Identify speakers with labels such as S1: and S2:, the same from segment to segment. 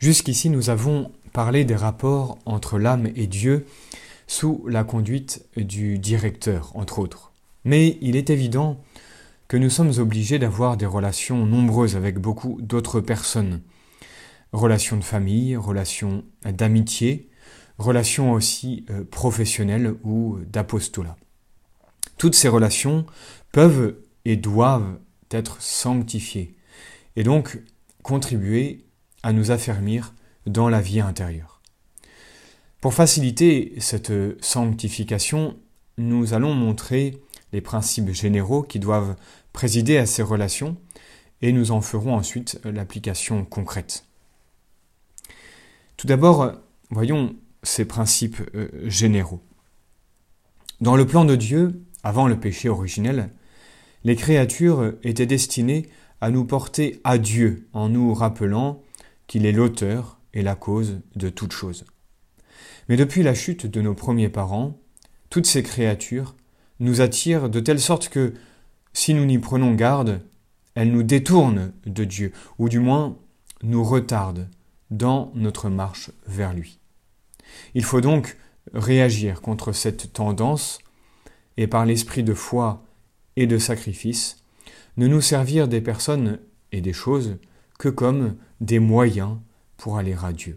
S1: Jusqu'ici, nous avons parlé des rapports entre l'âme et Dieu sous la conduite du directeur, entre autres. Mais il est évident que nous sommes obligés d'avoir des relations nombreuses avec beaucoup d'autres personnes. Relations de famille, relations d'amitié, relations aussi professionnelles ou d'apostolat. Toutes ces relations peuvent et doivent être sanctifiées et donc contribuer à nous affermir dans la vie intérieure. Pour faciliter cette sanctification, nous allons montrer les principes généraux qui doivent présider à ces relations et nous en ferons ensuite l'application concrète. Tout d'abord, voyons ces principes généraux. Dans le plan de Dieu, avant le péché originel, les créatures étaient destinées à nous porter à Dieu en nous rappelant qu'il est l'auteur et la cause de toutes choses. Mais depuis la chute de nos premiers parents, toutes ces créatures nous attirent de telle sorte que, si nous n'y prenons garde, elles nous détournent de Dieu, ou du moins nous retardent dans notre marche vers lui. Il faut donc réagir contre cette tendance et par l'esprit de foi et de sacrifice, ne nous servir des personnes et des choses que comme des moyens pour aller à Dieu.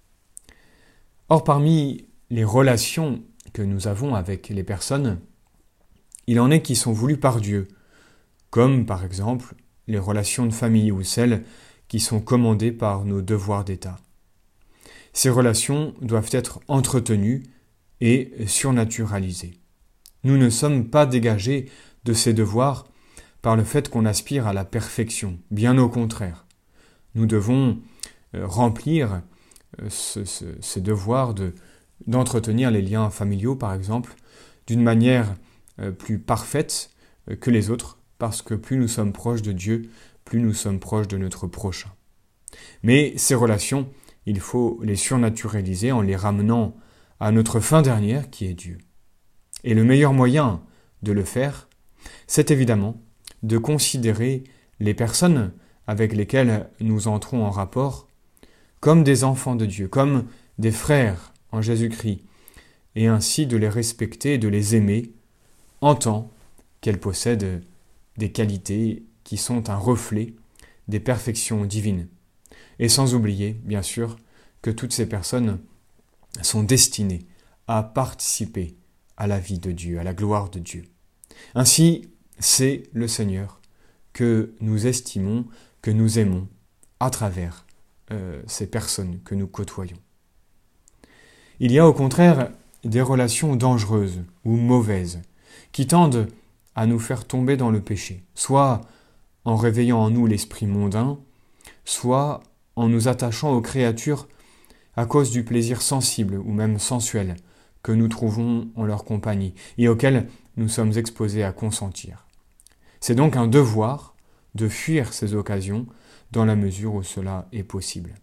S1: Or, parmi les relations que nous avons avec les personnes, il en est qui sont voulues par Dieu, comme par exemple les relations de famille ou celles qui sont commandées par nos devoirs d'État. Ces relations doivent être entretenues et surnaturalisées. Nous ne sommes pas dégagés de ces devoirs par le fait qu'on aspire à la perfection, bien au contraire. Nous devons remplir ces devoirs d'entretenir les liens familiaux, par exemple, d'une manière plus parfaite que les autres, parce que plus nous sommes proches de Dieu, plus nous sommes proches de notre prochain. Mais ces relations, il faut les surnaturaliser en les ramenant à notre fin dernière, qui est Dieu. Et le meilleur moyen de le faire, c'est évidemment de considérer les personnes avec lesquelles nous entrons en rapport comme des enfants de Dieu, comme des frères en Jésus-Christ, et ainsi de les respecter et de les aimer en tant qu'elles possèdent des qualités qui sont un reflet des perfections divines. Et sans oublier, bien sûr, que toutes ces personnes sont destinées à participer à la vie de Dieu, à la gloire de Dieu. Ainsi, c'est le Seigneur que nous estimons, que nous aimons à travers ces personnes que nous côtoyons. Il y a au contraire des relations dangereuses ou mauvaises qui tendent à nous faire tomber dans le péché, soit en réveillant en nous l'esprit mondain, soit en nous attachant aux créatures à cause du plaisir sensible ou même sensuel que nous trouvons en leur compagnie et auquel nous sommes exposés à consentir. C'est donc un devoir de fuir ces occasions dans la mesure où cela est possible.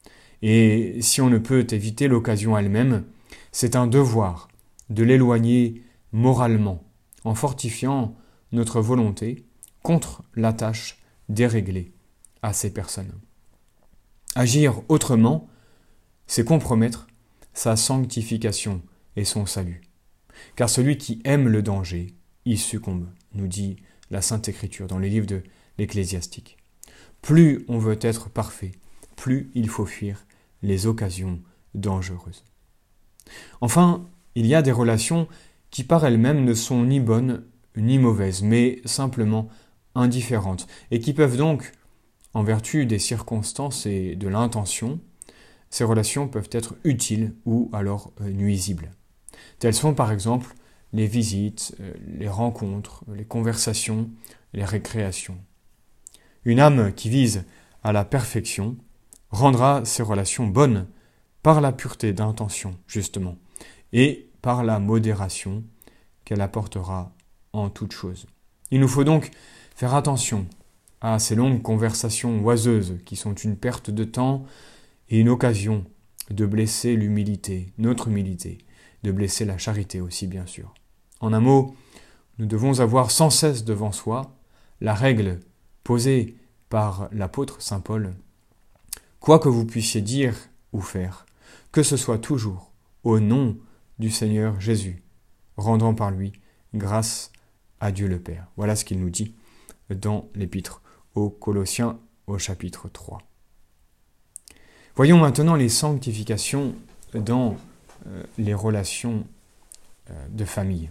S1: Et si on ne peut éviter l'occasion elle-même, c'est un devoir de l'éloigner moralement en fortifiant notre volonté contre la tâche déréglée à ces personnes. Agir autrement, c'est compromettre sa sanctification et son salut. Car celui qui aime le danger, y succombe, nous dit la Sainte Écriture dans les livres de l'Ecclésiastique. Plus on veut être parfait, plus il faut fuir les occasions dangereuses. Enfin, il y a des relations qui par elles-mêmes ne sont ni bonnes ni mauvaises, mais simplement indifférentes, et qui peuvent donc, en vertu des circonstances et de l'intention, ces relations peuvent être utiles ou alors nuisibles. Telles sont par exemple les visites, les rencontres, les conversations, les récréations. Une âme qui vise à la perfection rendra ces relations bonnes par la pureté d'intention, justement, et par la modération qu'elle apportera en toutes choses. Il nous faut donc faire attention à ces longues conversations oiseuses qui sont une perte de temps et une occasion de blesser l'humilité, notre humilité, de blesser la charité aussi, bien sûr. En un mot, nous devons avoir sans cesse devant soi la règle posée par l'apôtre Saint Paul, quoi que vous puissiez dire ou faire, que ce soit toujours au nom du Seigneur Jésus, rendant par lui grâce à Dieu le Père. Voilà ce qu'il nous dit dans l'Épître aux Colossiens au chapitre 3. Voyons maintenant les sanctifications dans les relations de famille.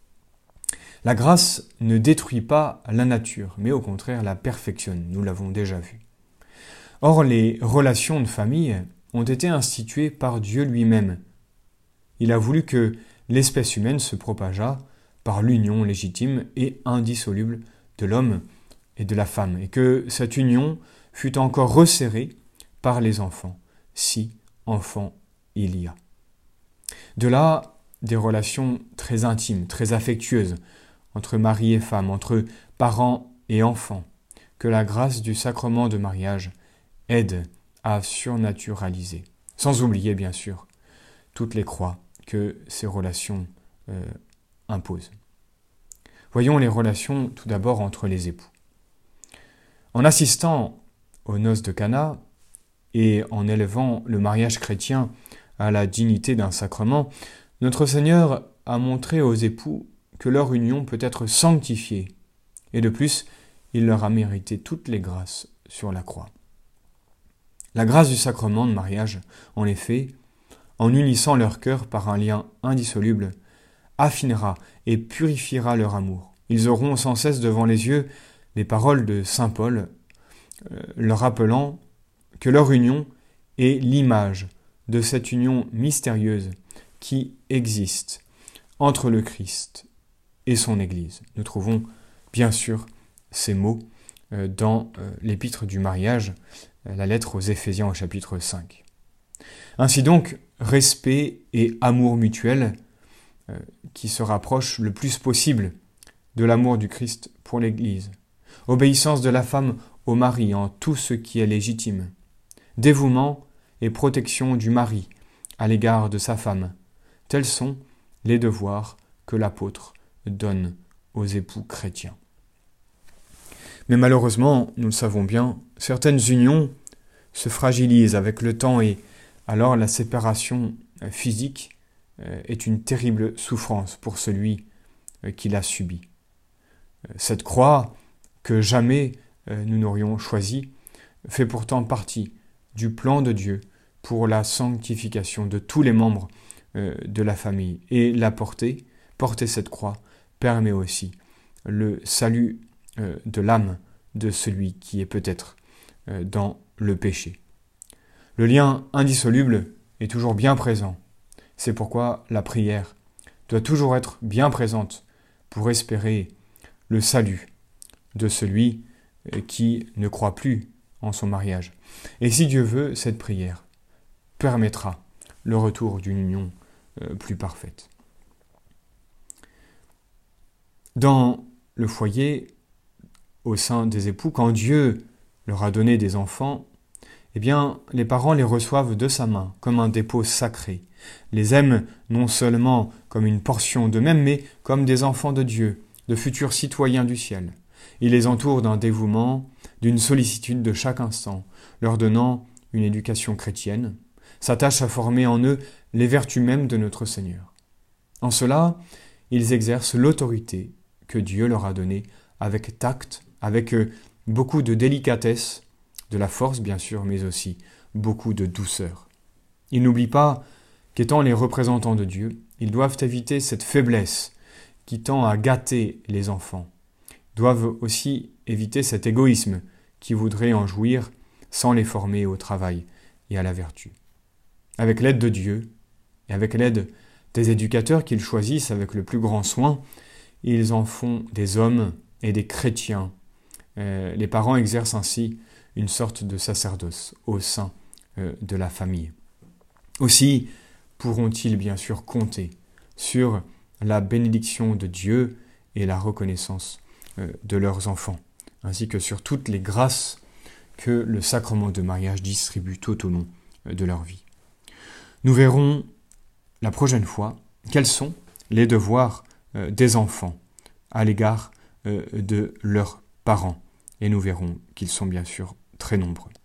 S1: La grâce ne détruit pas la nature, mais au contraire la perfectionne, nous l'avons déjà vu. Or, les relations de famille ont été instituées par Dieu lui-même. Il a voulu que l'espèce humaine se propageât par l'union légitime et indissoluble de l'homme et de la femme, et que cette union fût encore resserrée par les enfants, si enfants il y a. De là, des relations très intimes, très affectueuses, entre mari et femme, entre parents et enfants, que la grâce du sacrement de mariage aide à surnaturaliser. Sans oublier, bien sûr, toutes les croix que ces relations imposent. Voyons les relations tout d'abord entre les époux. En assistant aux noces de Cana et en élevant le mariage chrétien à la dignité d'un sacrement, notre Seigneur a montré aux époux que leur union peut être sanctifiée, et de plus, il leur a mérité toutes les grâces sur la croix. La grâce du sacrement de mariage, en effet, en unissant leur cœur par un lien indissoluble, affinera et purifiera leur amour. Ils auront sans cesse devant les yeux les paroles de saint Paul, leur rappelant que leur union est l'image de cette union mystérieuse qui existe entre le Christ et son Église. Nous trouvons bien sûr ces mots dans l'épître du mariage, la lettre aux Éphésiens au chapitre 5. Ainsi donc, respect et amour mutuel qui se rapprochent le plus possible de l'amour du Christ pour l'Église. Obéissance de la femme au mari en tout ce qui est légitime. Dévouement et protection du mari à l'égard de sa femme. Tels sont les devoirs que l'apôtre donne aux époux chrétiens. Mais malheureusement, nous le savons bien, certaines unions se fragilisent avec le temps et alors la séparation physique est une terrible souffrance pour celui qui l'a subie. Cette croix que jamais nous n'aurions choisie fait pourtant partie du plan de Dieu pour la sanctification de tous les membres de la famille. Et la porter cette croix, permet aussi le salut de l'âme de celui qui est peut-être dans le péché. Le lien indissoluble est toujours bien présent. C'est pourquoi la prière doit toujours être bien présente pour espérer le salut de celui qui ne croit plus en son mariage. Et si Dieu veut, cette prière permettra le retour d'une union plus parfaite. Dans le foyer, au sein des époux, quand Dieu leur a donné des enfants, eh bien, les parents les reçoivent de sa main, comme un dépôt sacré, les aiment non seulement comme une portion d'eux-mêmes, mais comme des enfants de Dieu, de futurs citoyens du ciel. Il les entoure d'un dévouement, d'une sollicitude de chaque instant, leur donnant une éducation chrétienne, s'attache à former en eux les vertus mêmes de notre Seigneur. En cela, ils exercent l'autorité que Dieu leur a donnée avec tact, avec beaucoup de délicatesse, de la force bien sûr, mais aussi beaucoup de douceur. Ils n'oublient pas qu'étant les représentants de Dieu, ils doivent éviter cette faiblesse qui tend à gâter les enfants. Ils doivent aussi éviter cet égoïsme qui voudrait en jouir sans les former au travail et à la vertu. Avec l'aide de Dieu et avec l'aide des éducateurs qu'ils choisissent avec le plus grand soin, ils en font des hommes et des chrétiens. Les parents exercent ainsi une sorte de sacerdoce au sein de la famille. Aussi pourront-ils bien sûr compter sur la bénédiction de Dieu et la reconnaissance de leurs enfants, ainsi que sur toutes les grâces que le sacrement de mariage distribue tout au long de leur vie. Nous verrons la prochaine fois quels sont les devoirs des enfants à l'égard de leurs parents, et nous verrons qu'ils sont bien sûr très nombreux.